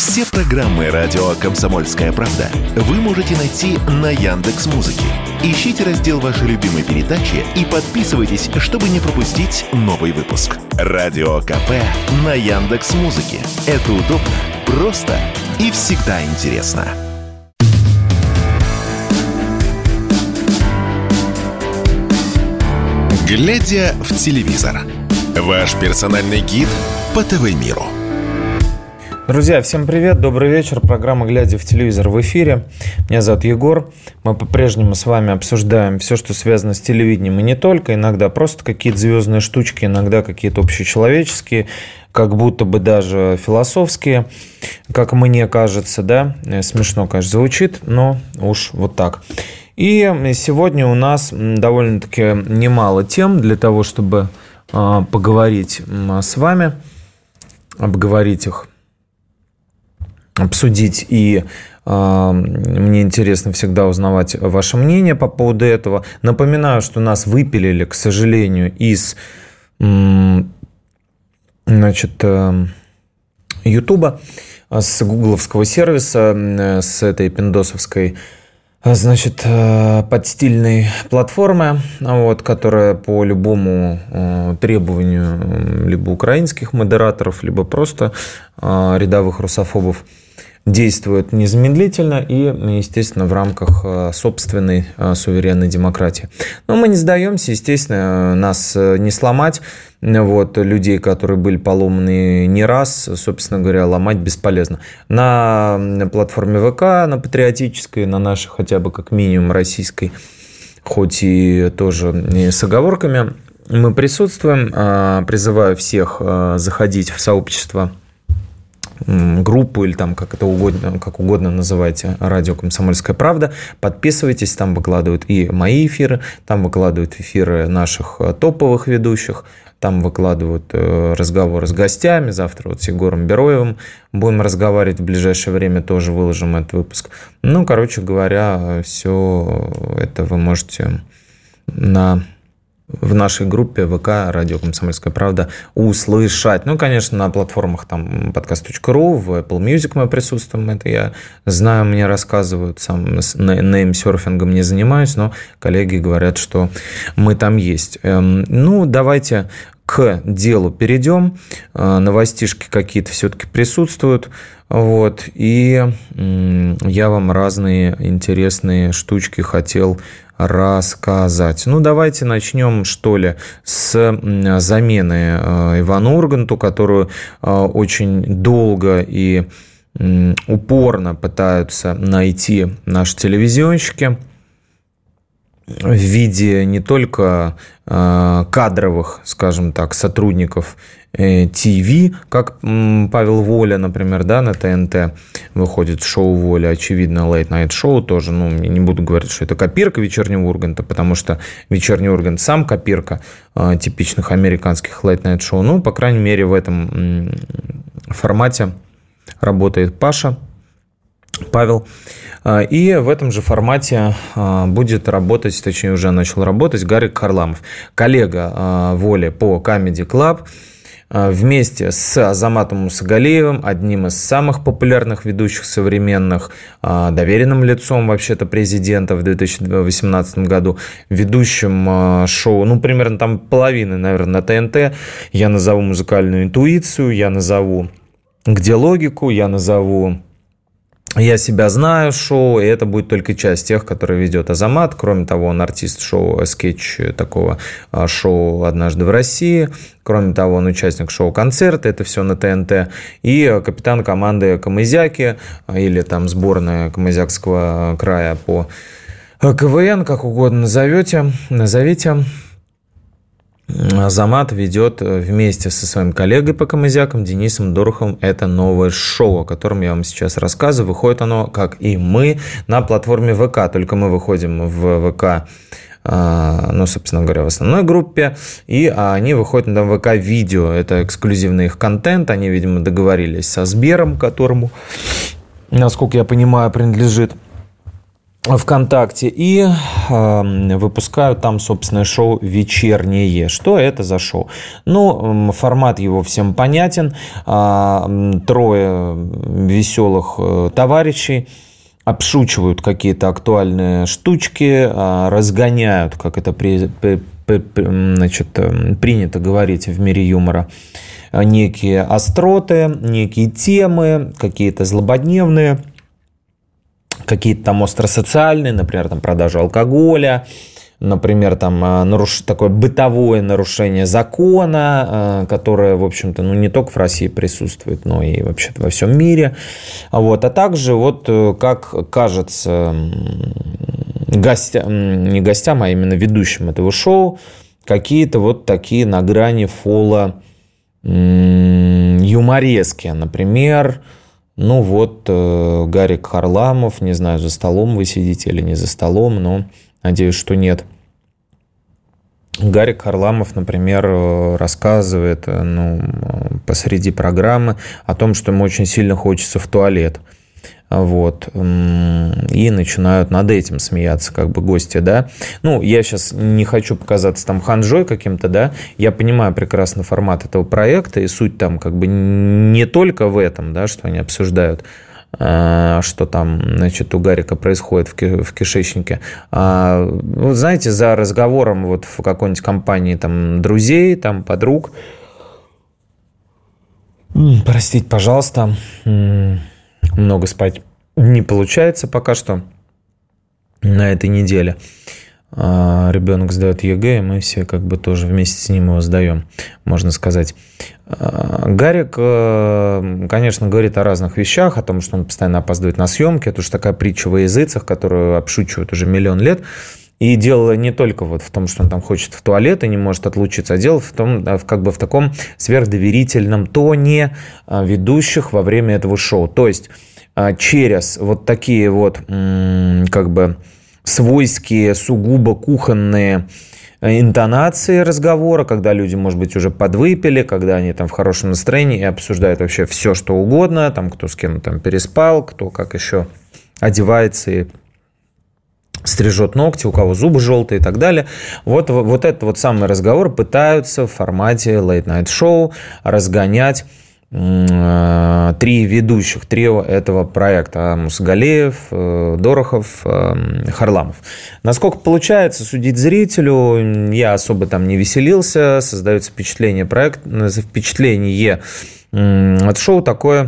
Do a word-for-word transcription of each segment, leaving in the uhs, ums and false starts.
Все программы радио «Комсомольская правда» вы можете найти на Яндекс.Музыке. Ищите раздел вашей любимой передачи и подписывайтесь, чтобы не пропустить новый выпуск. Радио КП на Яндекс.Музыке. Это удобно, просто и всегда интересно. Глядя в телевизор. Ваш персональный гид по ТВ-миру. Друзья, всем привет, добрый вечер. Программа «Глядя в телевизор» в эфире. Меня зовут Егор. Мы по-прежнему с вами обсуждаем все, что связано с телевидением, и не только. Иногда просто какие-то звездные штучки, иногда какие-то общечеловеческие, как будто бы даже философские, как мне кажется, да. Смешно, конечно, звучит, но уж вот так. И сегодня у нас довольно-таки немало тем для того, чтобы поговорить с вами, обговорить их, обсудить. И мне интересно всегда узнавать ваше мнение по поводу этого. Напоминаю, что нас выпилили, к сожалению, из, значит, Ютуба, с гугловского сервиса, с этой пиндосовской, значит, подстильной платформы, вот, которая по любому требованию либо украинских модераторов, либо просто рядовых русофобов действует незамедлительно и, естественно, в рамках собственной суверенной демократии. Но мы не сдаемся, естественно, нас не сломать. Вот, людей, которые были поломаны не раз, собственно говоря, ломать бесполезно. На платформе ВК, на патриотической, на нашей хотя бы как минимум российской, хоть и тоже с оговорками, мы присутствуем. Призываю всех заходить в сообщество, группу или там как это угодно, как угодно называйте, радио «Комсомольская правда». Подписывайтесь, там выкладывают и мои эфиры, там выкладывают эфиры наших топовых ведущих, там выкладывают разговоры с гостями. Завтра вот с Егором Бероевым будем разговаривать, в ближайшее время тоже выложим этот выпуск. Ну, короче говоря, все это вы можете на... в нашей группе ВК «Радио Комсомольская правда» услышать. Ну, конечно, на платформах там подкаст точка ру, в Apple Music мы присутствуем, это я знаю, мне рассказывают, сам неймсерфингом не занимаюсь, но коллеги говорят, что мы там есть. Ну, давайте к делу перейдем. Новостишки какие-то все-таки присутствуют. Вот, и я вам разные интересные штучки хотел рассказать. Ну, давайте начнем, что ли, с замены Ивану Урганту, которую очень долго и упорно пытаются найти наши телевизионщики в виде не только кадровых, скажем так, сотрудников ТВ, как Павел Воля, например, да, на ТНТ выходит шоу «Воля», очевидно, Late Night Show тоже, ну, я не буду говорить, что это копирка «Вечернего Урганта», потому что «Вечерний Ургант» сам копирка типичных американских Late Night Show, ну, по крайней мере, в этом формате работает Паша, Павел. И в этом же формате будет работать, точнее, уже начал работать Гарик Харламов, коллега Воли по Comedy Club, вместе с Азаматом Мусагалиевым, одним из самых популярных ведущих современных, доверенным лицом вообще-то президента в две тысячи восемнадцатом году, ведущим шоу, ну, примерно там половины, наверное, на ТНТ. Я назову «Музыкальную интуицию», я назову «Где логику», я назову «Я себя знаю» шоу, и это будет только часть тех, которые ведет Азамат. Кроме того, он артист шоу, скетч такого шоу «Однажды в России». Кроме того, он участник шоу-концерта, это все на ТНТ. И капитан команды Камызяки, или там сборная Камызякского края по КВН, как угодно назовете, назовите. Азамат ведет вместе со своим коллегой по камызякам Денисом Дороховым это новое шоу, о котором я вам сейчас рассказываю. Выходит оно, как и мы, на платформе ВК, только мы выходим в ВК, ну, собственно говоря, в основной группе, и они выходят на ВК-видео, это эксклюзивный их контент, они, видимо, договорились со Сбером, которому, насколько я понимаю, принадлежит ВКонтакте и э, выпускают там собственное шоу «Вечернее». Что это за шоу? Ну, формат его всем понятен. Э, трое веселых э, товарищей обшучивают какие-то актуальные штучки, э, разгоняют, как это при, при, при, значит, принято говорить в мире юмора, некие остроты, некие темы, какие-то злободневные, какие-то там остросоциальные, например, там продажа алкоголя, например, там наруш... такое бытовое нарушение закона, которое, в общем-то, ну, не только в России присутствует, но и вообще-то во всем мире. Вот. А также, вот, как кажется гостям, не гостям, а именно ведущим этого шоу, какие-то вот такие на грани фола юморески. Например, ну вот э, Гарик Харламов, не знаю, за столом вы сидите или не за столом, но надеюсь, что нет. Гарик Харламов, например, рассказывает ну, посреди программы о том, что ему очень сильно хочется в туалет. Вот. И начинают над этим смеяться как бы гости, да. Ну, я сейчас не хочу показаться там ханжой каким-то, да. Я понимаю прекрасно формат этого проекта, и суть там как бы не только в этом, да, что они обсуждают, что там, значит, у Гарика происходит в кишечнике. А, вот знаете, за разговором вот в какой-нибудь компании там друзей, там подруг, простите, пожалуйста, много спать не получается пока что на этой неделе. Ребенок сдает ЕГЭ, и мы все как бы тоже вместе с ним его сдаем, можно сказать. Гарик, конечно, говорит о разных вещах, о том, что он постоянно опаздывает на съемки. Это уж такая притча во языцах, которую обшучивают уже миллион лет. И дело не только вот в том, что он там хочет в туалет и не может отлучиться, а дело в том, как бы в таком сверхдоверительном тоне ведущих во время этого шоу. То есть через вот такие вот как бы свойские, сугубо кухонные интонации разговора, когда люди, может быть, уже подвыпили, когда они там в хорошем настроении и обсуждают вообще все, что угодно, там кто с кем там переспал, кто как еще одевается и стрижет ногти, у кого зубы желтые и так далее. Вот, вот этот вот самый разговор пытаются в формате Late Night Show разгонять три ведущих трио этого проекта: Мусагалиев, Дорохов, Харламов. Насколько получается судить зрителю, я особо там не веселился, создается впечатление, проект, впечатление от шоу такое,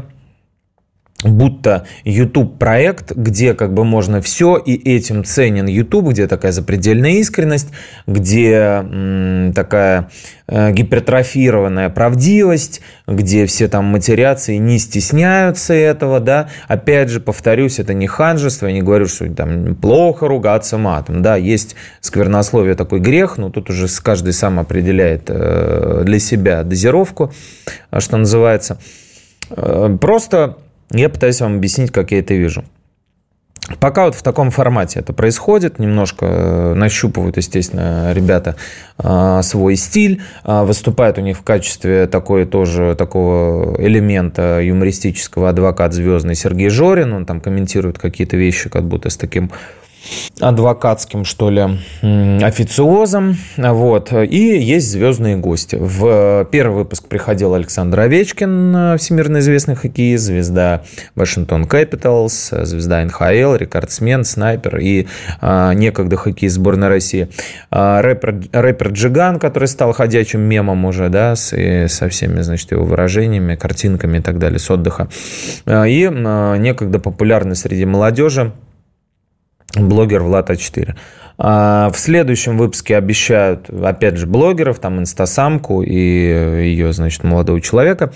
будто YouTube-проект, где как бы можно все, и этим ценен YouTube, где такая запредельная искренность, где м, такая э, гипертрофированная правдивость, где все там матерятся и не стесняются этого, да. Опять же, повторюсь, это не ханжество, я не говорю, что там плохо ругаться матом, да, есть сквернословие, такой грех, но тут уже каждый сам определяет э, для себя дозировку, что называется. Э, просто я пытаюсь вам объяснить, как я это вижу. Пока вот в таком формате это происходит, немножко нащупывают, естественно, ребята свой стиль, выступает у них в качестве такой, тоже, такого элемента юмористического адвокат звездный Сергей Жорин, он там комментирует какие-то вещи, как будто с таким адвокатским, что ли, официозом. Вот. И есть звездные гости. В первый выпуск приходил Александр Овечкин, всемирно известный хоккеист, звезда Вашингтон Капиталс, звезда эн ха эл, рекордсмен, снайпер и а, некогда хоккеист сборной России. А, рэпер, рэпер Джиган, который стал ходячим мемом уже, да, с, и со всеми, значит, его выражениями, картинками и так далее, с отдыха. А, и а, некогда популярный среди молодежи блогер Влад а четыре. В следующем выпуске обещают, опять же, блогеров, там, инстасамку и ее, значит, молодого человека.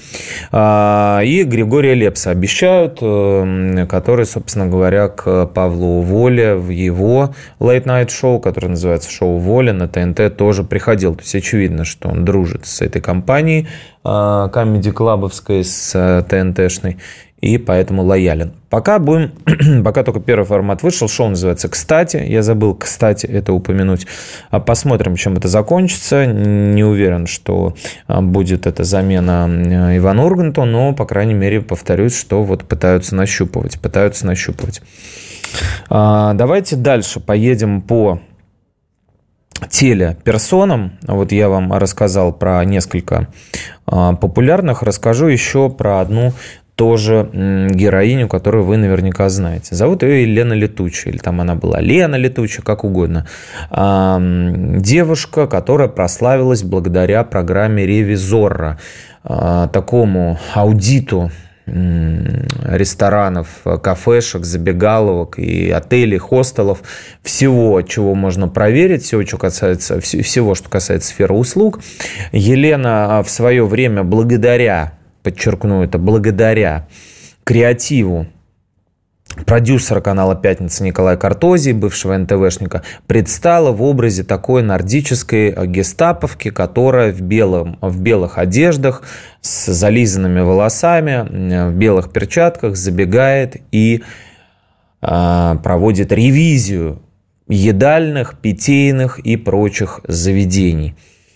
И Григория Лепса обещают, который, собственно говоря, к Павлу Воле в его Late Night Show, которое называется «Шоу Воля» на тэ эн тэ, тоже приходил. То есть очевидно, что он дружит с этой компанией комеди-клабовской, с тэ эн тэ-шной, и поэтому лоялен. Пока будем, пока только первый формат вышел, шоу называется «Кстати». Я забыл, кстати, это упомянуть. Посмотрим, чем это закончится. Не уверен, что будет это замена Ивану Урганту, но, по крайней мере, повторюсь, что вот пытаются нащупывать, пытаются нащупывать. Давайте дальше поедем по телеперсонам. Вот я вам рассказал про несколько популярных, расскажу еще про одну тоже героиню, которую вы наверняка знаете. Зовут ее Елена Летучая, или там она была Лена Летучая, как угодно. Девушка, которая прославилась благодаря программе «Ревизорро», такому аудиту ресторанов, кафешек, забегаловок и отелей, хостелов, всего, чего можно проверить, всего, что касается, всего, что касается сферы услуг. Елена в свое время благодаря, подчеркну это, благодаря креативу продюсера канала «Пятница» Николая Картози, бывшего эн тэ вэ-шника, предстала в образе такой нордической гестаповки, которая в, белом, в белых одеждах, с зализанными волосами, в белых перчатках забегает и э, проводит ревизию едальных, питейных и прочих заведений.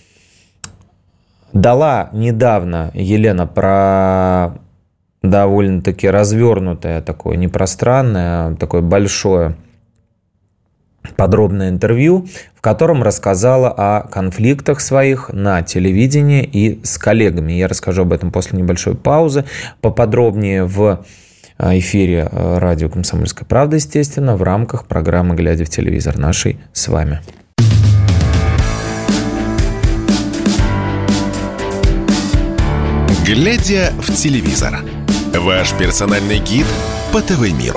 Дала недавно Елена про довольно-таки развернутое, такое непространное, такое большое подробное интервью, в котором рассказала о конфликтах своих на телевидении и с коллегами. Я расскажу об этом после небольшой паузы. Поподробнее в эфире радио «Комсомольская правда», естественно, в рамках программы «Глядя в телевизор» нашей с вами. «Глядя в телевизор» – ваш персональный гид по ТВ-миру.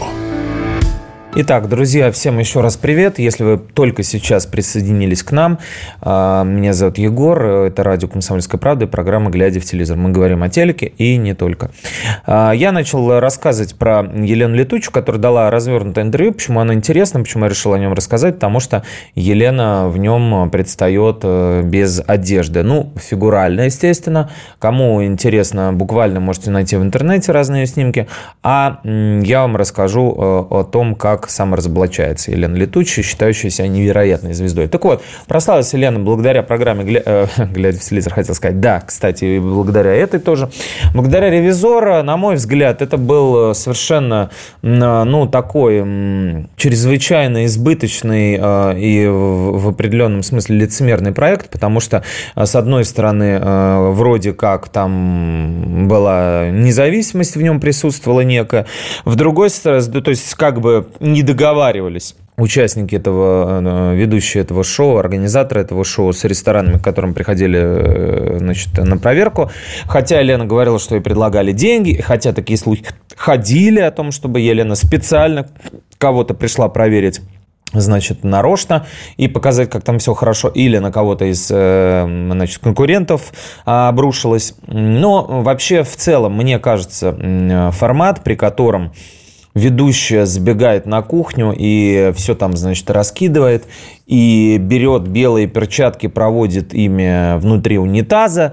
Итак, друзья, всем еще раз привет. Если вы только сейчас присоединились к нам, меня зовут Егор, это радио «Комсомольская правда» и программа «Глядя в телевизор». Мы говорим о телеке и не только. Я начал рассказывать про Елену Летучую, которая дала развернутое интервью. Почему оно интересно, почему я решил о нем рассказать? Потому что Елена в нем предстает без одежды. Ну, фигурально, естественно. Кому интересно, буквально можете найти в интернете разные снимки. А я вам расскажу о том, как саморазоблачается Елена Летучая, считающая себя невероятной звездой. Так вот, прославилась Елена благодаря программе «Гля... э, «Глядя в телевизор», хотел сказать. Да, кстати, и благодаря этой тоже. Благодаря «Ревизорро», на мой взгляд, это был совершенно, ну, такой м, чрезвычайно избыточный э, и в, в определенном смысле лицемерный проект, потому что, с одной стороны, э, вроде как там была независимость, в нем присутствовала некая, в другой стороне, то есть как бы не договаривались участники этого, ведущие этого шоу, организаторы этого шоу с ресторанами, к которым приходили, значит, на проверку. Хотя Елена говорила, что ей предлагали деньги, хотя такие слухи ходили о том, чтобы Елена специально кого-то пришла проверить, значит, нарочно, и показать, как там все хорошо, или на кого-то из, значит, конкурентов обрушилась. Но вообще, в целом, мне кажется, формат, при котором ведущая забегает на кухню и все там, значит, раскидывает, и берет белые перчатки, проводит ими внутри унитаза,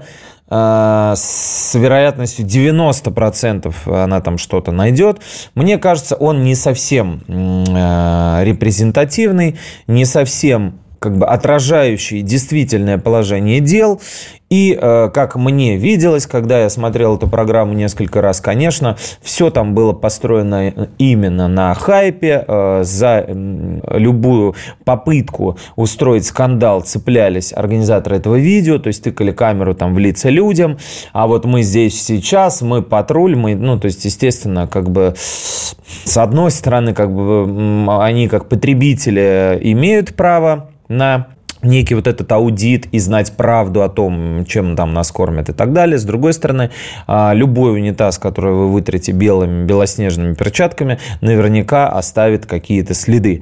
с вероятностью девяносто процентов она там что-то найдет. Мне кажется, он не совсем репрезентативный, не совсем как бы отражающий действительное положение дел. И, как мне виделось, когда я смотрел эту программу несколько раз, конечно, все там было построено именно на хайпе. За любую попытку устроить скандал цеплялись организаторы этого видео, то есть тыкали камеру там в лица людям. А вот мы здесь сейчас, мы патруль, мы, ну, то есть, естественно, как бы с одной стороны, как бы они как потребители имеют право на некий вот этот аудит и знать правду о том, чем там нас кормят и так далее. С другой стороны, любой унитаз, который вы вытрете белыми, белоснежными перчатками, наверняка оставит какие-то следы.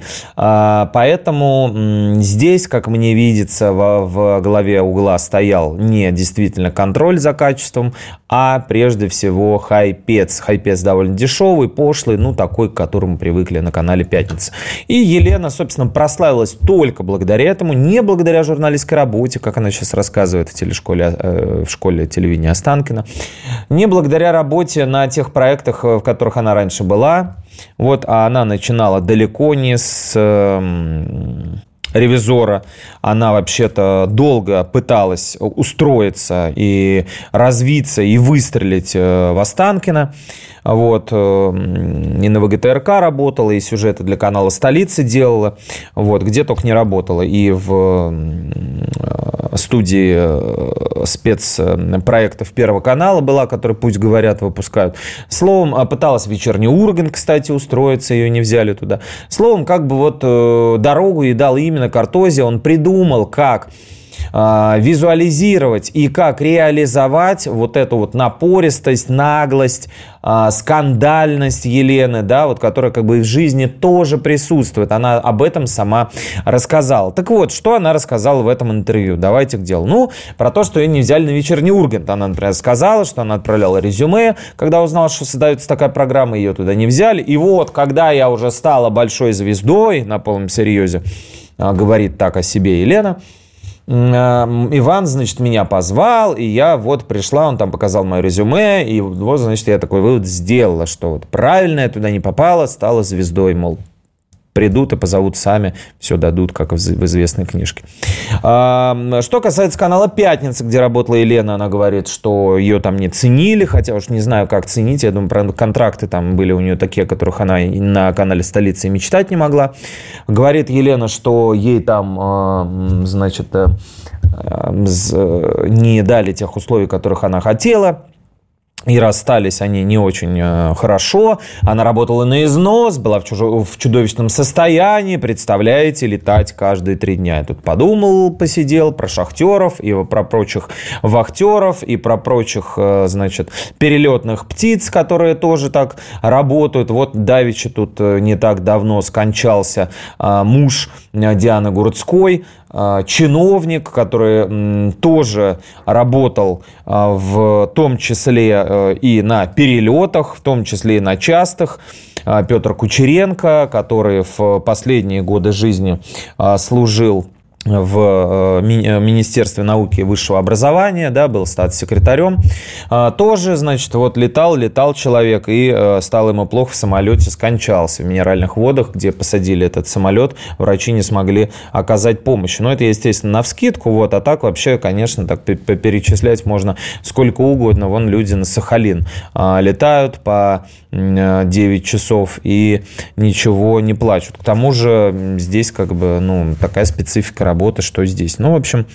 Поэтому здесь, как мне видится, в главе угла стоял не действительно контроль за качеством, а прежде всего хайпец. Хайпец довольно дешевый, пошлый, ну такой, к которому привыкли на канале «Пятница». И Елена, собственно, прославилась только благодаря этому, не благодаря журналистской работе, как она сейчас рассказывает в телешколе, в школе телевидения Останкино, не благодаря работе на тех проектах, в которых она раньше была. Вот, а она начинала далеко не с ревизора. Она вообще-то долго пыталась устроиться и развиться, и выстрелить в Останкино. Вот. И на ВГТРК работала, и сюжеты для канала «Столица» делала. Вот. Где только не работала. И в студии спецпроектов Первого канала была, которые «Пусть говорят» выпускают. Словом, пыталась в «Вечерний Ургант», кстати, устроиться, ее не взяли туда. Словом, как бы вот дорогу ей дал именно Кортози. Он придумал, как визуализировать и как реализовать вот эту вот напористость, наглость, скандальность Елены, да, вот, которая как бы в жизни тоже присутствует. Она об этом сама рассказала. Так вот, что она рассказала в этом интервью? Давайте к делу. Ну, про то, что ее не взяли на «Вечерний Ургант». Она, например, сказала, что она отправляла резюме, когда узнала, что создается такая программа, ее туда не взяли. И вот, когда я уже стала большой звездой, на полном серьезе, говорит так о себе Елена, Иван, значит, меня позвал, и я вот пришла, он там показал мое резюме, и вот, значит, я такой вывод сделала, что вот правильно я туда не попала, стала звездой, мол, придут и позовут сами, все дадут, как в известной книжке. Что касается канала «Пятница», где работала Елена, она говорит, что ее там не ценили, хотя уж не знаю, как ценить. Я думаю, про контракты там были у нее такие, о которых она на канале «Столица» и мечтать не могла. Говорит Елена, что ей там, значит, не дали тех условий, которых она хотела. И расстались они не очень э, хорошо. Она работала на износ, была в, чужо- в чудовищном состоянии. Представляете, летать каждые три дня. Я тут подумал, посидел про шахтеров и про прочих вахтеров, и про прочих, э, значит, перелетных птиц, которые тоже так работают. Вот давеча тут э, не так давно скончался э, муж э, Дианы Гурцкой, чиновник, который тоже работал в том числе и на перелетах, в том числе и на частых. Петр Кучеренко, который в последние годы жизни служил в Министерстве науки и высшего образования, да, был статс-секретарем, тоже, значит, вот летал, летал человек, и стало ему плохо в самолете, скончался в Минеральных водах, где посадили этот самолет, врачи не смогли оказать помощь. Но это, естественно, навскидку, вот, а так вообще, конечно, так перечислять можно сколько угодно. Вон люди на Сахалин летают по девять часов и ничего не плачут. К тому же здесь как бы, ну, такая специфика работы, что здесь. Ну, в общем,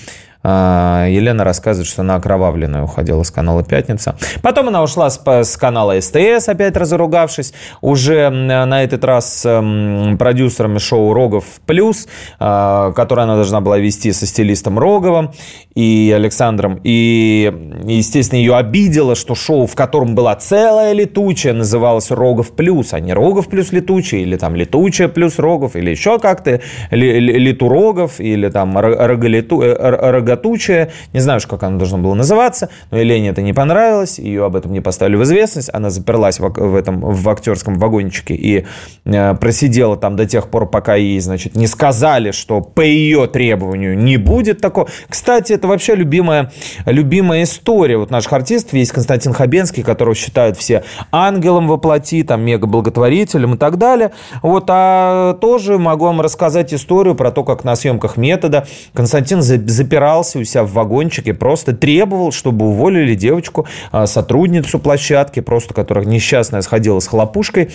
Елена рассказывает, что она окровавленная уходила с канала «Пятница». Потом она ушла с, с канала СТС, опять разругавшись, уже на этот раз с продюсерами шоу «Рогов плюс», которое она должна была вести со стилистом Роговым и Александром. И, естественно, ее обидело, что шоу, в котором была целая летучая, называлось «Рогов плюс», а не «Рогов плюс летучая», или там «Летучая плюс Рогов», или еще как-то «Летурогов», или там «Роголету», «Роготучая». Не знаю, как она должна была называться, но Елене это не понравилось, ее об этом не поставили в известность. Она заперлась в, в этом в актерском вагончике и э, просидела там до тех пор, пока ей, значит, не сказали, что по ее требованию не будет такого. Кстати, это вообще любимая, любимая история вот наших артистов. Есть Константин Хабенский, которого считают все ангелом во плоти, там, мега-благотворителем и так далее. Вот, а тоже могу вам рассказать историю про то, как на съемках «Метода» Константин запирался у себя в вагончике, просто требовал, чтобы уволили девочку, сотрудницу площадки, просто которая несчастная сходила с хлопушкой,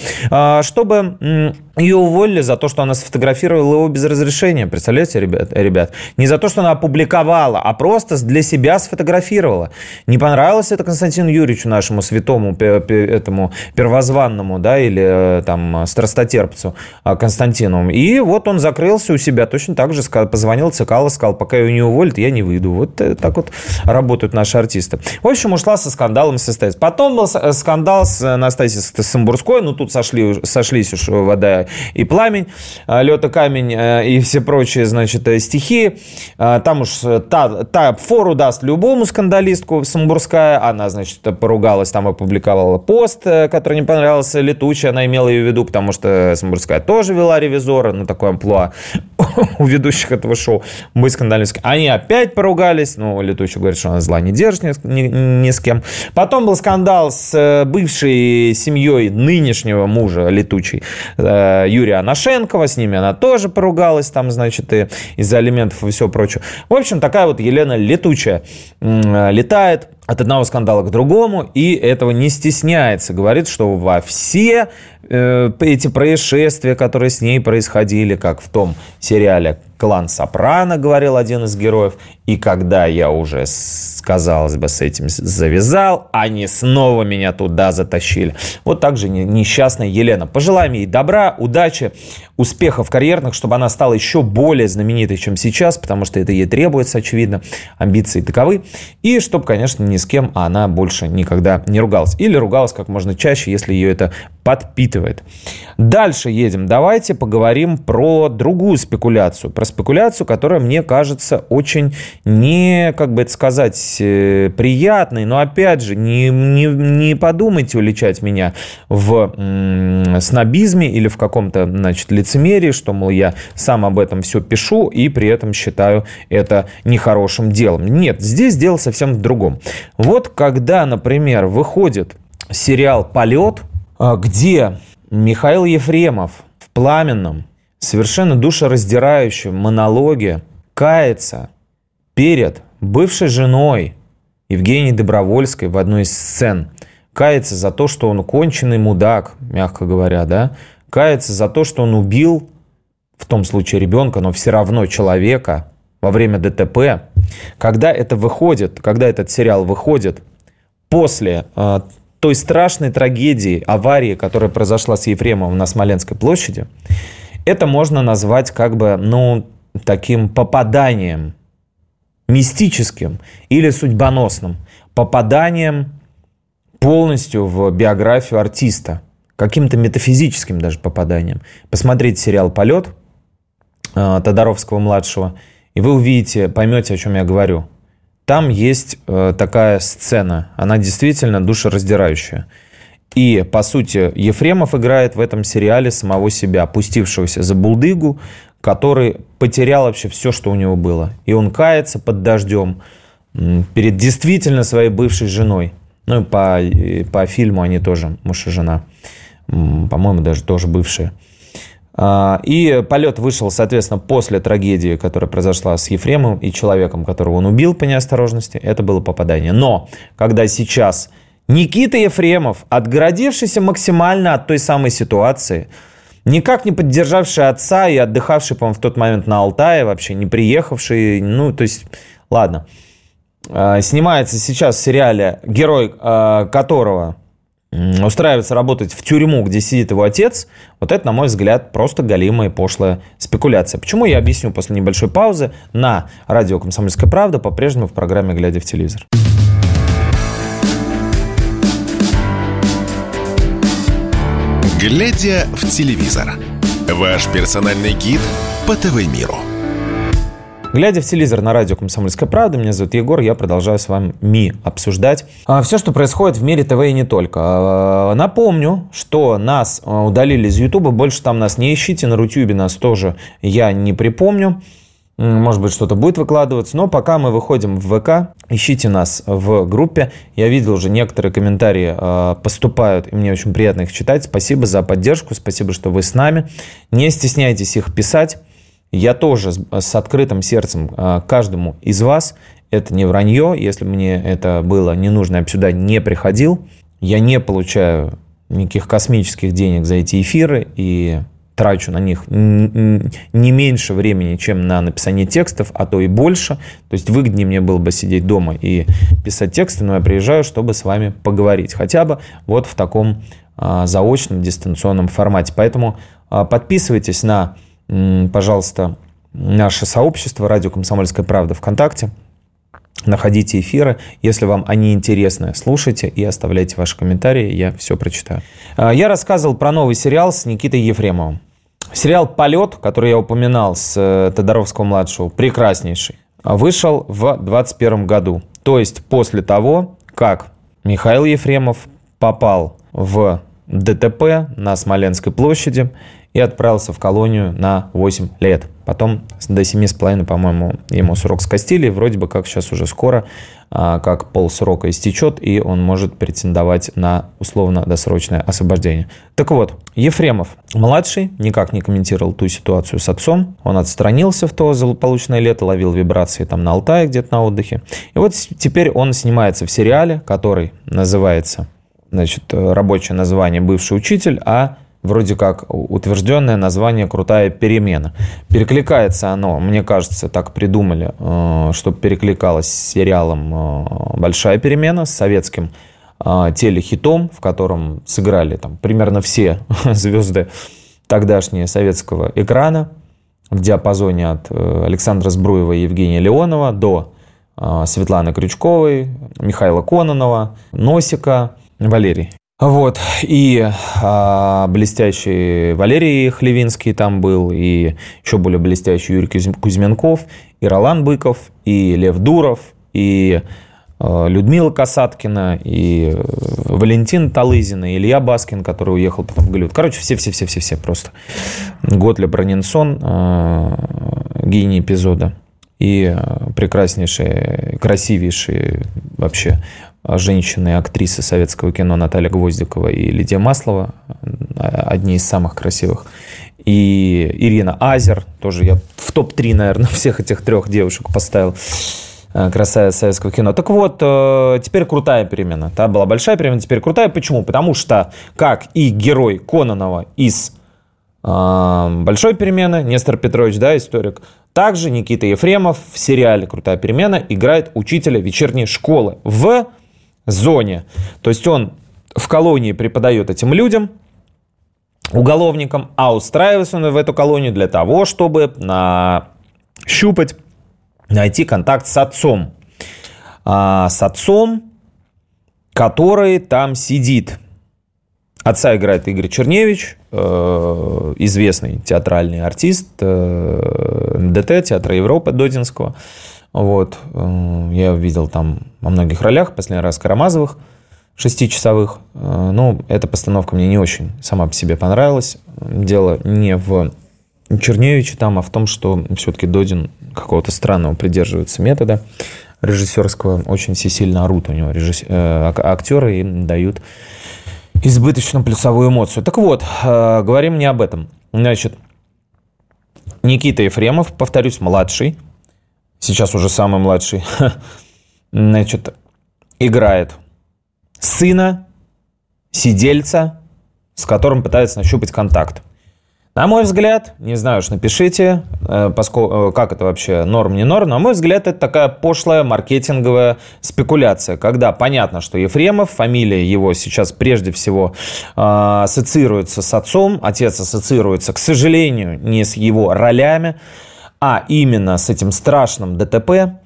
чтобы ее уволили за то, что она сфотографировала его без разрешения. Представляете, ребят? ребят? Не за то, что она опубликовала, а просто для себя сфотографировала. Не понравилось это Константину Юрьевичу, нашему святому, этому первозванному, да, или там страстотерпцу Константину. И вот он закрылся у себя, точно так же позвонил Цикало, сказал, пока ее не уволят, я не выйду. Вот так вот работают наши артисты. В общем, ушла со скандалом с СТС. Потом был скандал с Настасьей Самбурской, ну тут сошли, сошлись уж вода и пламень, лед и камень и все прочие, значит, стихии. Там уж та, та фору даст любому скандалистку Самбурская. Она, значит, поругалась, там опубликовала пост, который не понравился Летучей. Она имела ее в виду, потому что Самбурская тоже вела ревизора, ну, такое амплуа у ведущих этого шоу. Быть скандалистской. Они опять поругались. Ну, Летучий говорит, что она зла не держит ни, ни, ни с кем. Потом был скандал с бывшей семьей нынешнего мужа Летучей, Юрия Анашенкова, с ними она тоже поругалась, там, значит, и из-за алиментов и всего прочего. В общем, такая вот Елена летучая, летает от одного скандала к другому, и этого не стесняется. Говорит, что во все э, эти происшествия, которые с ней происходили, как в том сериале «Клан Сопрано», говорил один из героев, и когда я уже, казалось бы, с этим завязал, они снова меня туда затащили. Вот так же несчастная Елена. Пожелаем ей добра, удачи, успехов карьерных, чтобы она стала еще более знаменитой, чем сейчас, потому что это ей требуется, очевидно, амбиции таковы. И чтобы, конечно, ни с кем она больше никогда не ругалась. Или ругалась как можно чаще, если ее это подпитывает. Дальше едем. Давайте поговорим про другую спекуляцию. Про спекуляцию, которая, мне кажется, очень не, как бы это сказать, приятной. Но, опять же, не, не, не подумайте уличать меня в м- снобизме или в каком-то, значит, лицемерии, что, мол, я сам об этом все пишу и при этом считаю это нехорошим делом. Нет, здесь дело совсем в другом. Вот когда, например, выходит сериал «Полет», где Михаил Ефремов в пламенном, совершенно душераздирающем монологе кается перед бывшей женой Евгенией Добровольской в одной из сцен. Кается за то, что он конченый мудак, мягко говоря, да? Кается за то, что он убил, в том случае ребенка, но все равно человека во время ДТП. Когда это выходит, когда этот сериал выходит после э, той страшной трагедии, аварии, которая произошла с Ефремовым на Смоленской площади, это можно назвать как бы, ну, таким попаданием мистическим или судьбоносным, попаданием полностью в биографию артиста, каким-то метафизическим даже попаданием. Посмотрите сериал «Полет» э, Тодоровского-младшего, и вы увидите, поймете, о чем я говорю. Там есть э, такая сцена, она действительно душераздирающая. И, по сути, Ефремов играет в этом сериале самого себя, опустившегося за булдыгу, который потерял вообще все, что у него было. И он кается под дождем перед действительно своей бывшей женой. Ну, и по, и по фильму они тоже муж и жена. По-моему, даже тоже бывшие. И «Полет» вышел, соответственно, после трагедии, которая произошла с Ефремовым и человеком, которого он убил по неосторожности. Это было попадание. Но когда сейчас Никита Ефремов, отгородившийся максимально от той самой ситуации, никак не поддержавший отца и отдыхавший, по-моему, в тот момент на Алтае, вообще не приехавший, ну, то есть, ладно, снимается сейчас в сериале, герой которого устраивается работать в тюрьму, где сидит его отец, вот это, на мой взгляд, просто галимая пошлая спекуляция. Почему, я объясню после небольшой паузы на радио «Комсомольская правда», по-прежнему в программе «Глядя в телевизор». «Глядя в телевизор» – ваш персональный гид по ТВ-миру. Глядя в телевизор на радио «Комсомольская правда», меня зовут Егор, я продолжаю с вами обсуждать все, что происходит в мире ТВ и не только. Напомню, что нас удалили из Ютуба, больше там нас не ищите, на Рутюбе нас тоже я не припомню. Может быть, что-то будет выкладываться, но пока мы выходим в ВК, ищите нас в группе. Я видел уже некоторые комментарии поступают, и мне очень приятно их читать. Спасибо за поддержку, спасибо, что вы с нами. Не стесняйтесь их писать. Я тоже с открытым сердцем каждому из вас. Это не вранье. Если мне это было не нужно, я бы сюда не приходил. Я не получаю никаких космических денег за эти эфиры и трачу на них не меньше времени, чем на написание текстов, а то и больше. То есть выгоднее мне было бы сидеть дома и писать тексты, но я приезжаю, чтобы с вами поговорить. Хотя бы вот в таком заочном дистанционном формате. Поэтому подписывайтесь на, пожалуйста, наше сообщество «Радио Комсомольская правда» ВКонтакте. Находите эфиры. Если вам они интересны, слушайте и оставляйте ваши комментарии. Я все прочитаю. Я рассказывал про новый сериал с Никитой Ефремовым. Сериал «Полет», который я упоминал, с Тодоровского-младшего, прекраснейший, вышел в двадцать первом году. То есть после того, как Михаил Ефремов попал в ДТП на Смоленской площади и отправился в колонию на восемь лет. Потом до семи с половиной, по-моему, ему срок скостили. И вроде бы как сейчас уже скоро, как полсрока истечет, и он может претендовать на условно-досрочное освобождение. Так вот, Ефремов-младший никак не комментировал ту ситуацию с отцом. Он отстранился в то злополучное лето, ловил вибрации там на Алтае где-то на отдыхе. И вот теперь он снимается в сериале, который называется, значит, рабочее название «Бывший учитель», а вроде как утвержденное название «Крутая перемена». Перекликается оно, мне кажется, так придумали, чтобы перекликалось с сериалом «Большая перемена», с советским телехитом, в котором сыграли там примерно все звезды тогдашние советского экрана в диапазоне от Александра Збруева и Евгения Леонова до Светланы Крючковой, Михаила Кононова, Носика, Валерий. Вот, и а, блестящий Валерий Хлевинский там был, и еще более блестящий Юрий Кузьменков, и Ролан Быков, и Лев Дуров, и а, Людмила Касаткина, и Валентин Талызин, и Илья Баскин, который уехал потом в Голливуд. Короче, все-все-все-все-все просто. Готлиб Ранинсон, а, гений эпизода, и прекраснейшие, красивейшие вообще женщины, актрисы советского кино Наталья Гвоздикова и Лидия Маслова, одни из самых красивых. И Ирина Азер, тоже я в топ три, наверное, всех этих трех девушек поставил. Красавица советского кино. Так вот, теперь крутая перемена. Та была большая перемена, теперь крутая. Почему? Потому что, как и герой Кононова из «Большой перемены», Нестор Петрович, да, историк, также Никита Ефремов в сериале «Крутая перемена» играет учителя вечерней школы в зоне. То есть он в колонии преподает этим людям, уголовникам, а устраивается он в эту колонию для того, чтобы нащупать, найти контакт с отцом. А, с отцом, который там сидит. Отца играет Игорь Черневич, э, известный театральный артист э, МДТ, Театра Европы Додинского. Вот. Э, я его видел там во многих ролях, последний раз Карамазовых, шестичасовых. Э, ну, эта постановка мне не очень сама по себе понравилась. Дело не в Черневиче там, а в том, что все-таки Додин какого-то странного придерживается метода режиссерского. Очень все сильно орут у него режисс... э, актеры и дают избыточную плюсовую эмоцию. Так вот, э, говорим не об этом. Значит, Никита Ефремов, повторюсь, младший, сейчас уже самый младший, значит, играет сына сидельца, с которым пытается нащупать контакт. На мой взгляд, не знаю уж, напишите, поскольку, как это вообще, норм, не норм, на мой взгляд, это такая пошлая маркетинговая спекуляция, когда понятно, что Ефремов, фамилия его сейчас прежде всего ассоциируется с отцом, отец ассоциируется, к сожалению, не с его ролями, а именно с этим страшным ДТП,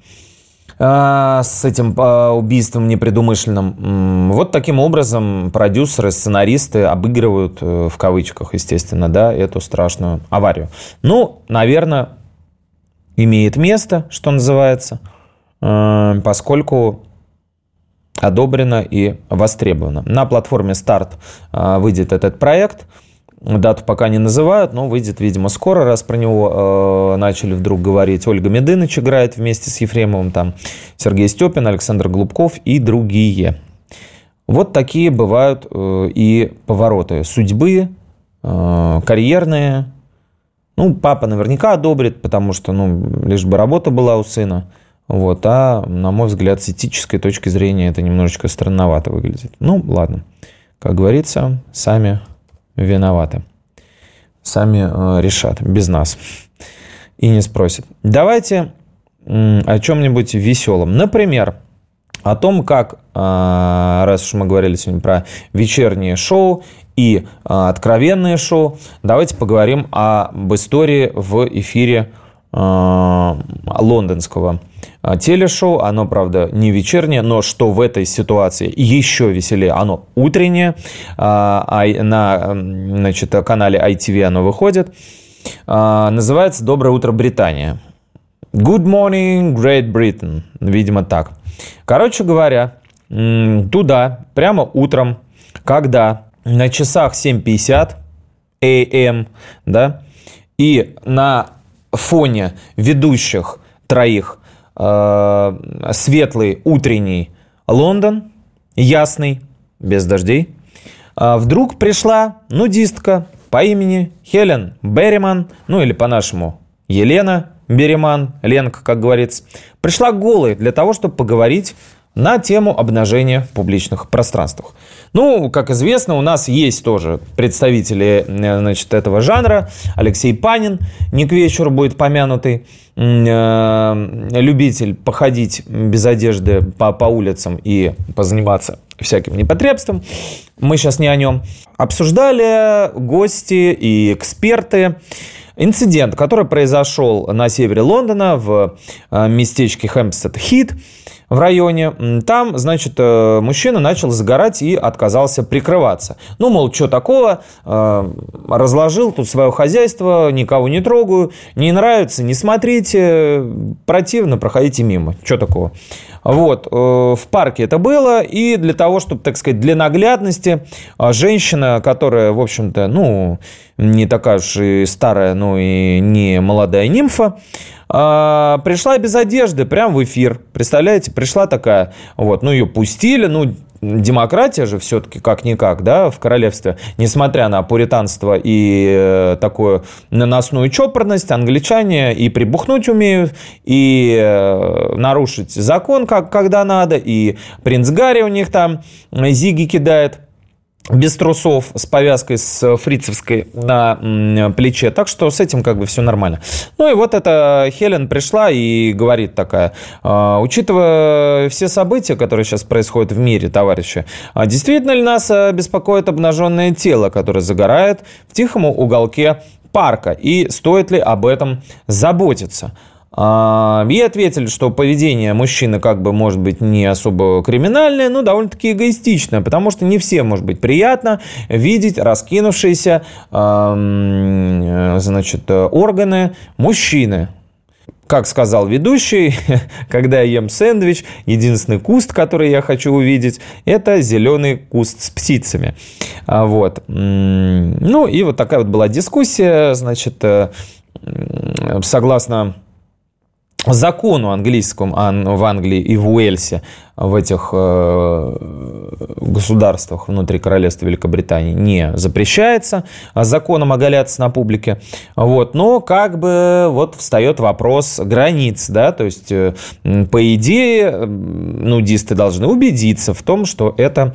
с этим убийством непредумышленным. Вот таким образом продюсеры, сценаристы обыгрывают, в кавычках, естественно, да, эту страшную аварию. Ну, наверное, имеет место, что называется, поскольку одобрено и востребовано. На платформе «Старт» выйдет этот проект. Дату пока не называют, но выйдет, видимо, скоро, раз про него э, начали вдруг говорить. Ольга Медыныч играет вместе с Ефремовым, там Сергей Степин, Александр Голубков и другие. Вот такие бывают э, и повороты судьбы, э, карьерные. Ну, папа наверняка одобрит, потому что, ну, лишь бы работа была у сына. Вот, а, на мой взгляд, с этической точки зрения это немножечко странновато выглядит. Ну, ладно. Как говорится, сами виноваты. Сами э, решат, без нас. И не спросят. Давайте э, о чем-нибудь веселом. Например, о том, как, э, раз уж мы говорили сегодня про вечернее шоу и э, откровенное шоу, давайте поговорим об истории в эфире э, лондонского телешоу. Оно, правда, не вечернее, но что в этой ситуации еще веселее, оно утреннее. На, значит, канале ай ти ви оно выходит. Называется «Доброе утро, Британия». Good morning, Great Britain. Видимо, так. Короче говоря, туда прямо утром, когда на часах семь пятьдесят эй эм, да, и на фоне ведущих троих э, светлый утренний Лондон, ясный, без дождей, э, вдруг пришла нудистка по имени Хелен Берриман, ну или по-нашему Елена Берриман, Ленка, как говорится, пришла голой для того, чтобы поговорить на тему обнажения в публичных пространствах. Ну, как известно, у нас есть тоже представители, значит, этого жанра. Алексей Панин, не к вечеру будет помянутый, любитель походить без одежды по, по улицам и позаниматься всяким непотребством. Мы сейчас не о нем. Обсуждали гости и эксперты инцидент, который произошел на севере Лондона в местечке Хэмпстед-Хит в районе. Там, значит, мужчина начал загорать и отказался прикрываться. Ну, мол, что такого? Разложил тут свое хозяйство, никого не трогаю. Не нравится, не смотрите. Противно, проходите мимо. Что такого? Вот, в парке это было, и для того, чтобы, так сказать, для наглядности, женщина, которая, в общем-то, ну, не такая уж и старая, ну, и не молодая нимфа, пришла без одежды прямо в эфир, представляете, пришла такая, вот, ну, ее пустили, ну, демократия же все-таки как-никак, да, в королевстве, несмотря на пуританство и э, такую наносную чопорность, англичане и прибухнуть умеют, и э, нарушить закон, как, когда надо, и принц Гарри у них там зиги кидает без трусов, с повязкой с фрицевской на плече. Так что с этим как бы все нормально. Ну и вот эта Хелен пришла и говорит такая: учитывая все события, которые сейчас происходят в мире, товарищи, действительно ли нас беспокоит обнаженное тело, которое загорает в тихом уголке парка? И стоит ли об этом заботиться? Ей ответили, что поведение мужчины как бы может быть не особо криминальное, но довольно-таки эгоистичное, потому что не всем может быть приятно видеть раскинувшиеся, значит, органы мужчины. Как сказал ведущий, когда я ем сэндвич, единственный куст, который я хочу увидеть, это зеленый куст с птицами. Вот. Ну и вот такая вот была дискуссия, значит, согласно закону английскому в Англии и в Уэльсе, в этих государствах внутри королевства Великобритании не запрещается законом оголяться на публике. Вот. Но как бы вот встает вопрос границ, да, то есть по идее нудисты должны убедиться в том, что это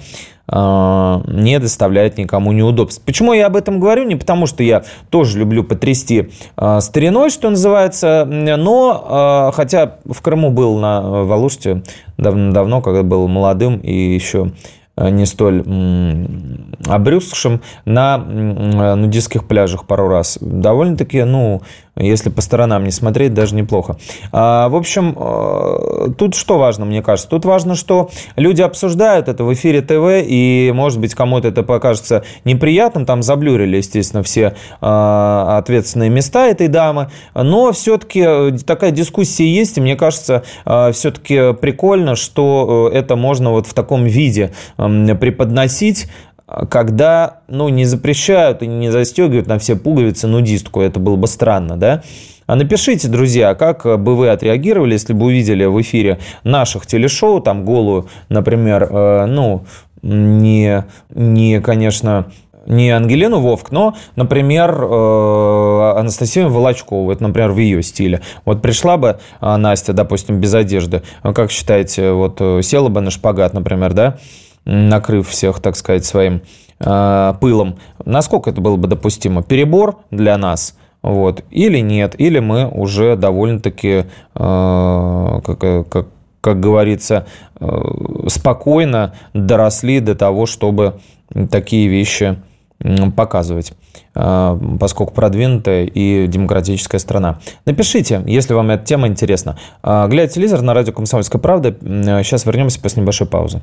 не доставляет никому неудобств. Почему я об этом говорю? Не потому, что я тоже люблю потрясти стариной, что называется, но хотя в Крыму был на Валуште давно-давно, когда был молодым и еще не столь обрюзгшим, на нудистских пляжах пару раз. Довольно-таки, ну, если по сторонам не смотреть, даже неплохо. А, в общем, тут что важно, мне кажется? Тут важно, что люди обсуждают это в эфире ТВ, и, может быть, кому-то это покажется неприятным. Там заблюрили, естественно, все а, ответственные места этой дамы. Но все-таки такая дискуссия есть, и мне кажется, а, все-таки прикольно, что это можно вот в таком виде преподносить, когда, ну, не запрещают и не застегивают на все пуговицы нудистку. Это было бы странно, да? А напишите, друзья, как бы вы отреагировали, если бы увидели в эфире наших телешоу, там, голую, например, э, ну, не, не, конечно, не Ангелину Вовк, но, например, Анастасию Волочкову, это, например, в ее стиле. Вот пришла бы Настя, допустим, без одежды, как считаете, вот села бы на шпагат, например, да, накрыв всех, так сказать, своим э, пылом, насколько это было бы допустимо? Перебор для нас? Вот. Или нет? Или мы уже довольно-таки, э, как, как, как говорится, э, спокойно доросли до того, чтобы такие вещи показывать, э, поскольку продвинутая и демократическая страна. Напишите, если вам эта тема интересна. Э, глядя телевизор на радио «Комсомольская правда». Сейчас вернемся после небольшой паузы.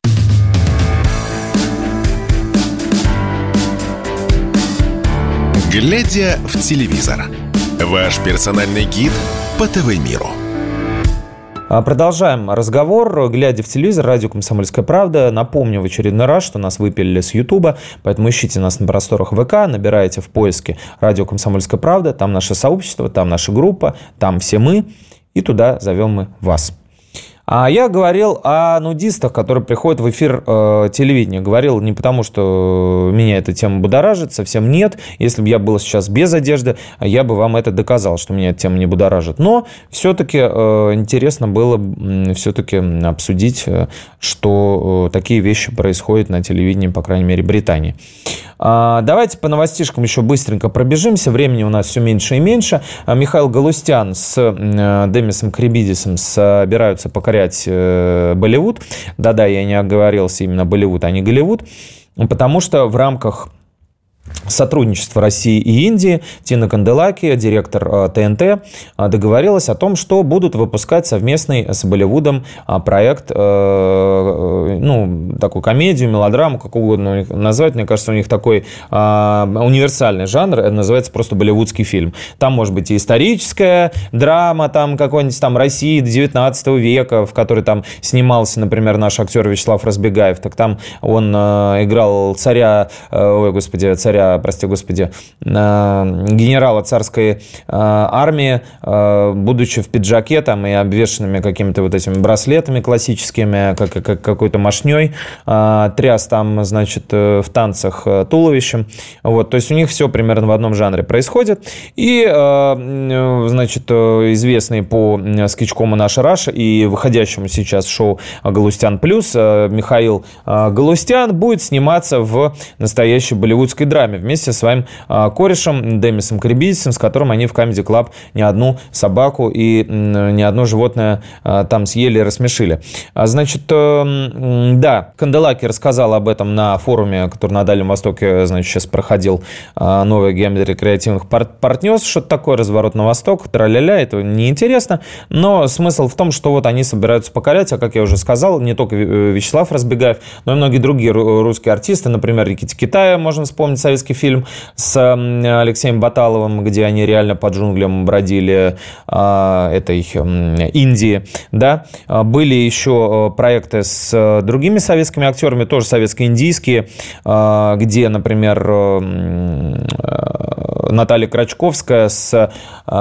Глядя в телевизор. Ваш персональный гид по ТВ-миру. Продолжаем разговор, глядя в телевизор, радио «Комсомольская правда». Напомню в очередной раз, что нас выпилили с Ютуба, поэтому ищите нас на просторах ВК, набирайте в поиске радио «Комсомольская правда», там наше сообщество, там наша группа, там все мы, и туда зовем мы вас. А я говорил о нудистах, которые приходят в эфир э, телевидения. Говорил не потому, что меня эта тема будоражит, совсем нет. Если бы я был сейчас без одежды, я бы вам это доказал, что меня эта тема не будоражит. Но все-таки э, интересно было э, все-таки обсудить, э, что э, такие вещи происходят на телевидении, по крайней мере, Британии. А, давайте по новостишкам еще быстренько пробежимся. Времени у нас все меньше и меньше. А, Михаил Галустян с э, Демисом Карибидисом собираются покорять Болливуд. Да-да, я не оговорился, именно Болливуд, а не Голливуд. Потому что в рамках сотрудничества России и Индии Тина Канделаки, директор ТНТ, договорилась о том, что будут выпускать совместный с Болливудом проект, ну, такую комедию, мелодраму, как угодно у них назвать. Мне кажется, у них такой универсальный жанр, называется просто болливудский фильм. Там может быть и историческая драма, там какой-нибудь там России девятнадцатого века, в которой там снимался, например, наш актер Вячеслав Разбегаев. Так там он играл царя, ой, господи, царя прости господи, генерала царской армии, будучи в пиджаке там и обвешанными какими-то вот этими браслетами классическими, как, как какой-то мошней, тряс там, значит, в танцах туловищем. Вот, то есть у них все примерно в одном жанре происходит. И, значит, известный по скетчкому «Наша Раша» и выходящему сейчас шоу «Галустян плюс» Михаил Галустян будет сниматься в настоящей болливудской драме вместе со своим а, корешем Демисом Карибидисом, с которым они в Comedy Club ни одну собаку и м, ни одно животное а, там съели и рассмешили. А, значит, э, да, Канделаки рассказал об этом на форуме, который на Дальнем Востоке, значит, сейчас проходил а, новая геометрия креативных пар- партнерств, что-то такое, разворот на восток, тра-ля-ля, это неинтересно, но смысл в том, что вот они собираются покорять, а, как я уже сказал, не только Вячеслав Разбегаев, но и многие другие русские артисты, например, Рикки Тикитая, можно вспомнить, советский фильм с Алексеем Баталовым, где они реально по джунглям бродили а, этой Индии, да. Были еще проекты с другими советскими актерами, тоже советско-индийские, а, где, например, Наталья Крачковская с,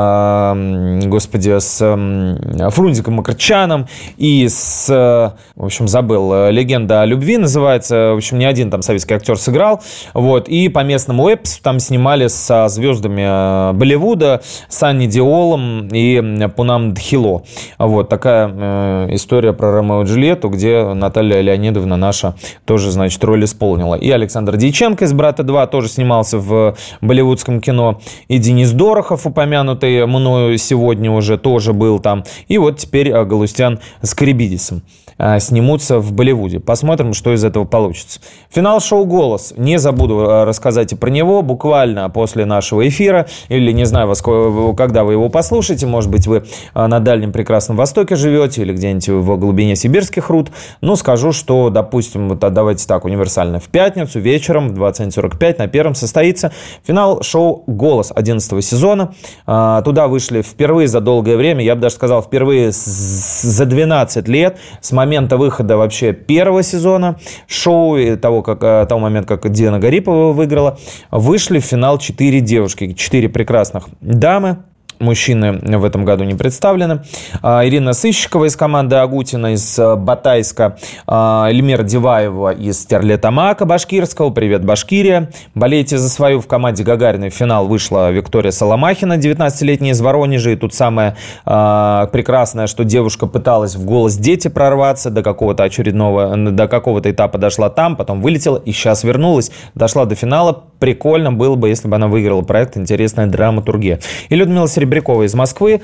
а, господи, с Фрунзиком Макарчаном и с, в общем, забыл, «Легенда о любви» называется, в общем, не один там советский актер сыграл, вот, и по местному эпсу там снимали со звездами Болливуда, Санни Диолом и Пунам Дхило. Вот такая э, история про Ромео и Джульетту, где Наталья Леонидовна наша тоже, значит, роль исполнила. И Александр Дьяченко из «Брата два» тоже снимался в болливудском кино. И Денис Дорохов, упомянутый мною сегодня уже, тоже был там. И вот теперь Галустян с Карибидисом снимутся в Болливуде. Посмотрим, что из этого получится. Финал шоу «Голос». Не забуду рассказать и про него буквально после нашего эфира. Или не знаю, когда вы его послушаете. Может быть, вы на Дальнем Прекрасном Востоке живете или где-нибудь в глубине сибирских руд. Ну, скажу, что, допустим, вот давайте так, универсально. В пятницу вечером в двадцать сорок пять на Первом состоится финал шоу «Голос» одиннадцатого сезона. Туда вышли впервые за долгое время, я бы даже сказал, впервые за двенадцать лет, с момента момента выхода вообще первого сезона шоу, и того, как, того момента, как Диана Гарипова выиграла, вышли в финал четыре девушки, четыре прекрасных дамы. Мужчины в этом году не представлены. Ирина Сыщикова из команды Агутина из Батайска, Эльмира Диваева из Стерлитамака башкирского. Привет, Башкирия. Болейте за свою. В команде Гагариной в финал вышла Виктория Соломахина, девятнадцатилетняя из Воронежа. И тут самое э, прекрасное, что девушка пыталась в «Голос дети» прорваться, до какого-то очередного, до какого-то этапа дошла там, потом вылетела и сейчас вернулась. Дошла до финала. Прикольно было бы, если бы она выиграла проект «Интересная драматургия». И Людмила Серебрякова из Москвы,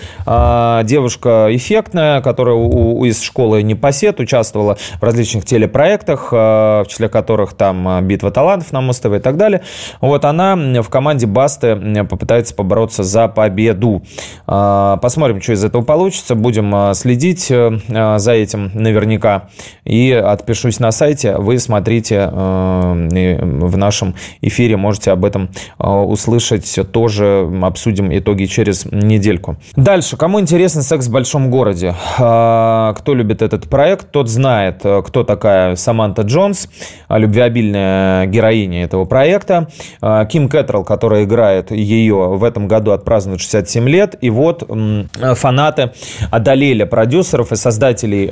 девушка эффектная, которая у, у, из школы «Непосед» участвовала в различных телепроектах, в числе которых там «Битва талантов» на Муз-ТВ и так далее. Вот она в команде «Басты» попытается побороться за победу. Посмотрим, что из этого получится. Будем следить за этим наверняка. И отпишусь на сайте. Вы смотрите в нашем эфире, можете об этом услышать тоже. Обсудим итоги через недельку. Дальше. Кому интересен «Секс в большом городе»? Кто любит этот проект, тот знает, кто такая Саманта Джонс, любвеобильная героиня этого проекта. Ким Кэтрелл, которая играет ее, в этом году отпразднует шестьдесят семь лет. И вот фанаты одолели продюсеров и создателей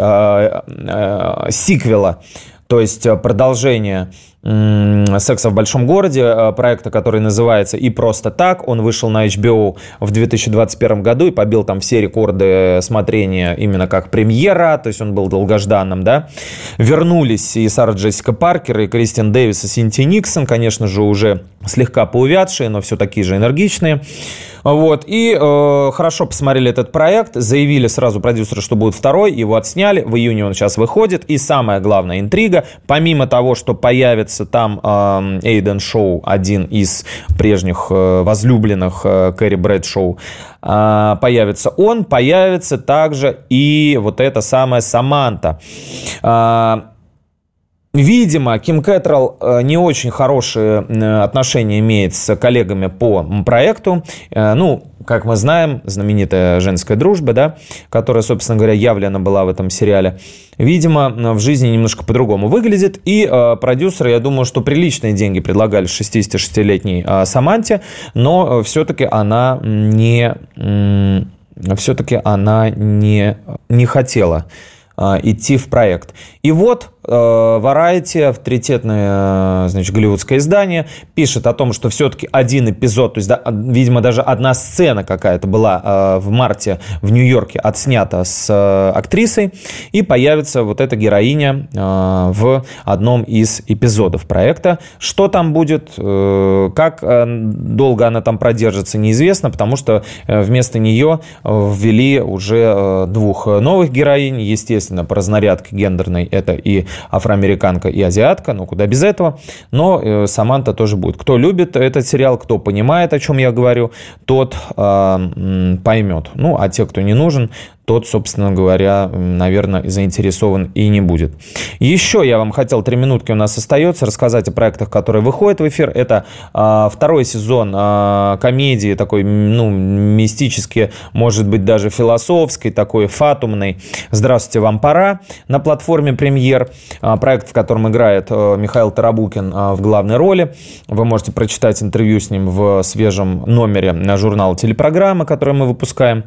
сиквела, то есть продолжение «Секса в большом городе», проекта, который называется «И просто так». Он вышел на эйч би о в две тысячи двадцать первом году и побил там все рекорды смотрения именно как премьера, то есть он был долгожданным, да. Вернулись и Сара Джессика Паркер, и Кристин Дэвис, и Синтия Никсон, конечно же, уже слегка поувядшие, но все такие же энергичные. Вот, и э, хорошо посмотрели этот проект, заявили сразу продюсеры, что будет второй, его отсняли, в июне он сейчас выходит, и самая главная интрига, помимо того, что появится там э, Эйден Шоу, один из прежних э, возлюбленных э, Кэрри Брэдшоу, э, появится он, появится также и вот эта самая Саманта. Э, Видимо, Ким Кэтрелл не очень хорошие отношения имеет с коллегами по проекту. Ну, как мы знаем, знаменитая женская дружба, да, которая, собственно говоря, явлена была в этом сериале, видимо, в жизни немножко по-другому выглядит. И э, продюсеры, я думаю, что приличные деньги предлагали шестидесятишестилетней э, Саманте, но все-таки она не, э, все-таки она не, не хотела идти в проект. И вот Variety, авторитетное, значит, голливудское издание, пишет о том, что все-таки один эпизод, то есть, да, видимо, даже одна сцена какая-то была в марте в Нью-Йорке отснята с актрисой, и появится вот эта героиня в одном из эпизодов проекта. Что там будет, как долго она там продержится, неизвестно, потому что вместо нее ввели уже двух новых героинь, естественно, по разнарядке гендерной это и афроамериканка, и азиатка, ну куда без этого, но э, Саманта тоже будет. Кто любит этот сериал, кто понимает, о чем я говорю, тот э, поймет. Ну, а те, кто не нужен, тот, собственно говоря, наверное, заинтересован и не будет. Еще я вам хотел, три минутки у нас остается, рассказать о проектах, которые выходят в эфир. Это э, второй сезон э, комедии, такой, ну, мистически, может быть, даже философской, такой фатумной «Здравствуйте, вам пора» на платформе «Премьер». Э, проект, в котором играет э, Михаил Тарабукин э, в главной роли. Вы можете прочитать интервью с ним в свежем номере журнала «Телепрограмма», который мы выпускаем.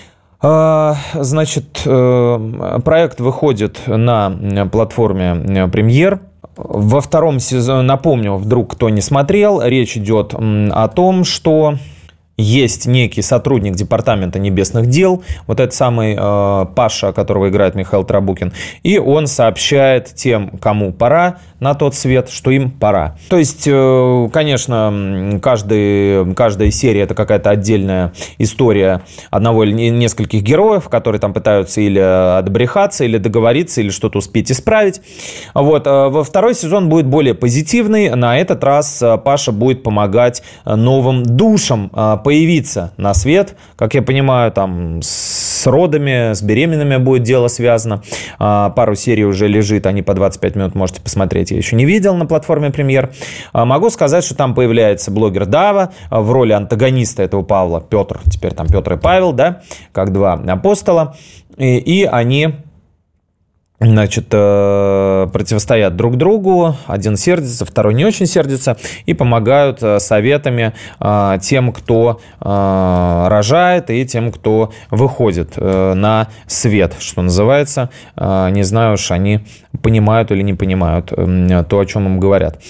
Значит, проект выходит на платформе «Премьер». Во втором сезоне, напомню, вдруг кто не смотрел, речь идет о том, что есть некий сотрудник Департамента небесных дел, вот этот самый э, Паша, которого играет Михаил Тарабукин, и он сообщает тем, кому пора на тот свет, что им пора. То есть, э, конечно, каждый, каждая серия – это какая-то отдельная история одного или нескольких героев, которые там пытаются или отбрехаться, или договориться, или что-то успеть исправить. Вот. Во второй сезон будет более позитивный. На этот раз Паша будет помогать новым душам появиться на свет. Как я понимаю, там с родами, с беременными будет дело связано. Пару серий уже лежит, они по двадцать пять минут можете посмотреть. Я еще не видел на платформе «Премьер». Могу сказать, что там появляется блогер Дава в роли антагониста этого Павла, Петр. Теперь там Петр и Павел, да, как два апостола. И, и они... Значит, противостоят друг другу, один сердится, второй не очень сердится, и помогают советами тем, кто рожает, и тем, кто выходит на свет, что называется. Не знаю уж, они понимают или не понимают то, о чем им говорят.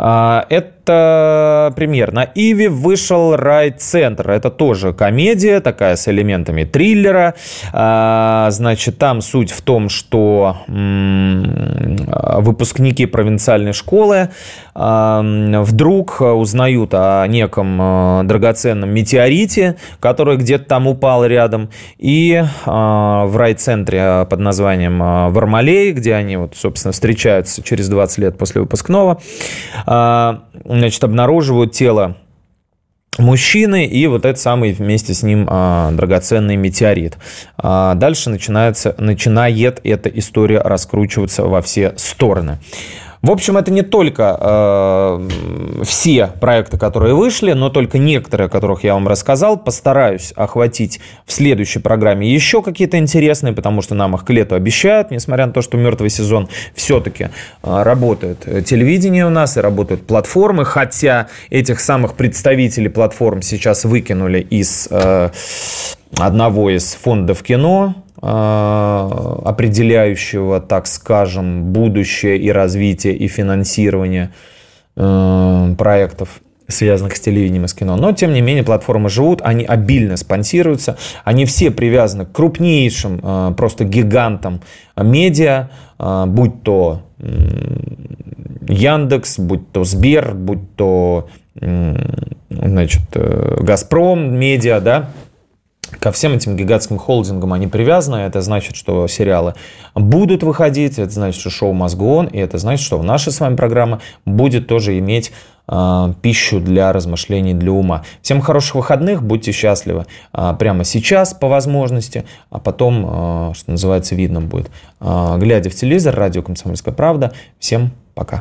Это премьер. На Иви вышел «Райцентр». Это тоже комедия, такая с элементами триллера. Значит, там суть в том, что выпускники провинциальной школы вдруг узнают о неком драгоценном метеорите, который где-то там упал рядом, и в райцентре под названием Вармалей, где они, вот, собственно, встречаются через двадцать лет после выпускного, значит, обнаруживают тело мужчины и вот этот самый вместе с ним а, драгоценный метеорит. А дальше начинается, начинает эта история раскручиваться во все стороны. В общем, это не только э, все проекты, которые вышли, но только некоторые, о которых я вам рассказал. Постараюсь охватить в следующей программе еще какие-то интересные, потому что нам их к лету обещают, несмотря на то, что мертвый сезон, все-таки э, работает телевидение у нас и работают платформы, хотя этих самых представителей платформ сейчас выкинули из э, одного из фондов кино, определяющего, так скажем, будущее и развитие и финансирование э, проектов, связанных с телевидением и с кино. Но, тем не менее, платформы живут, они обильно спонсируются, они все привязаны к крупнейшим, э, просто гигантам медиа, э, будь то э, Яндекс, будь то Сбер, будь то э, значит, э, Газпром, медиа, да. Ко всем этим гигантским холдингам они привязаны. Это значит, что сериалы будут выходить, это значит, что шоу must go on, и это значит, что наша с вами программа будет тоже иметь э, пищу для размышлений, для ума. Всем хороших выходных, будьте счастливы э, прямо сейчас по возможности, а потом, э, что называется, видно будет. Э, глядя в телевизор, радио «Комсомольская правда». Всем пока.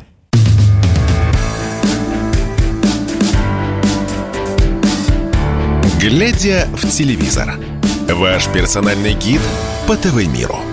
Глядя в телевизор. Ваш персональный гид по ТВ-миру.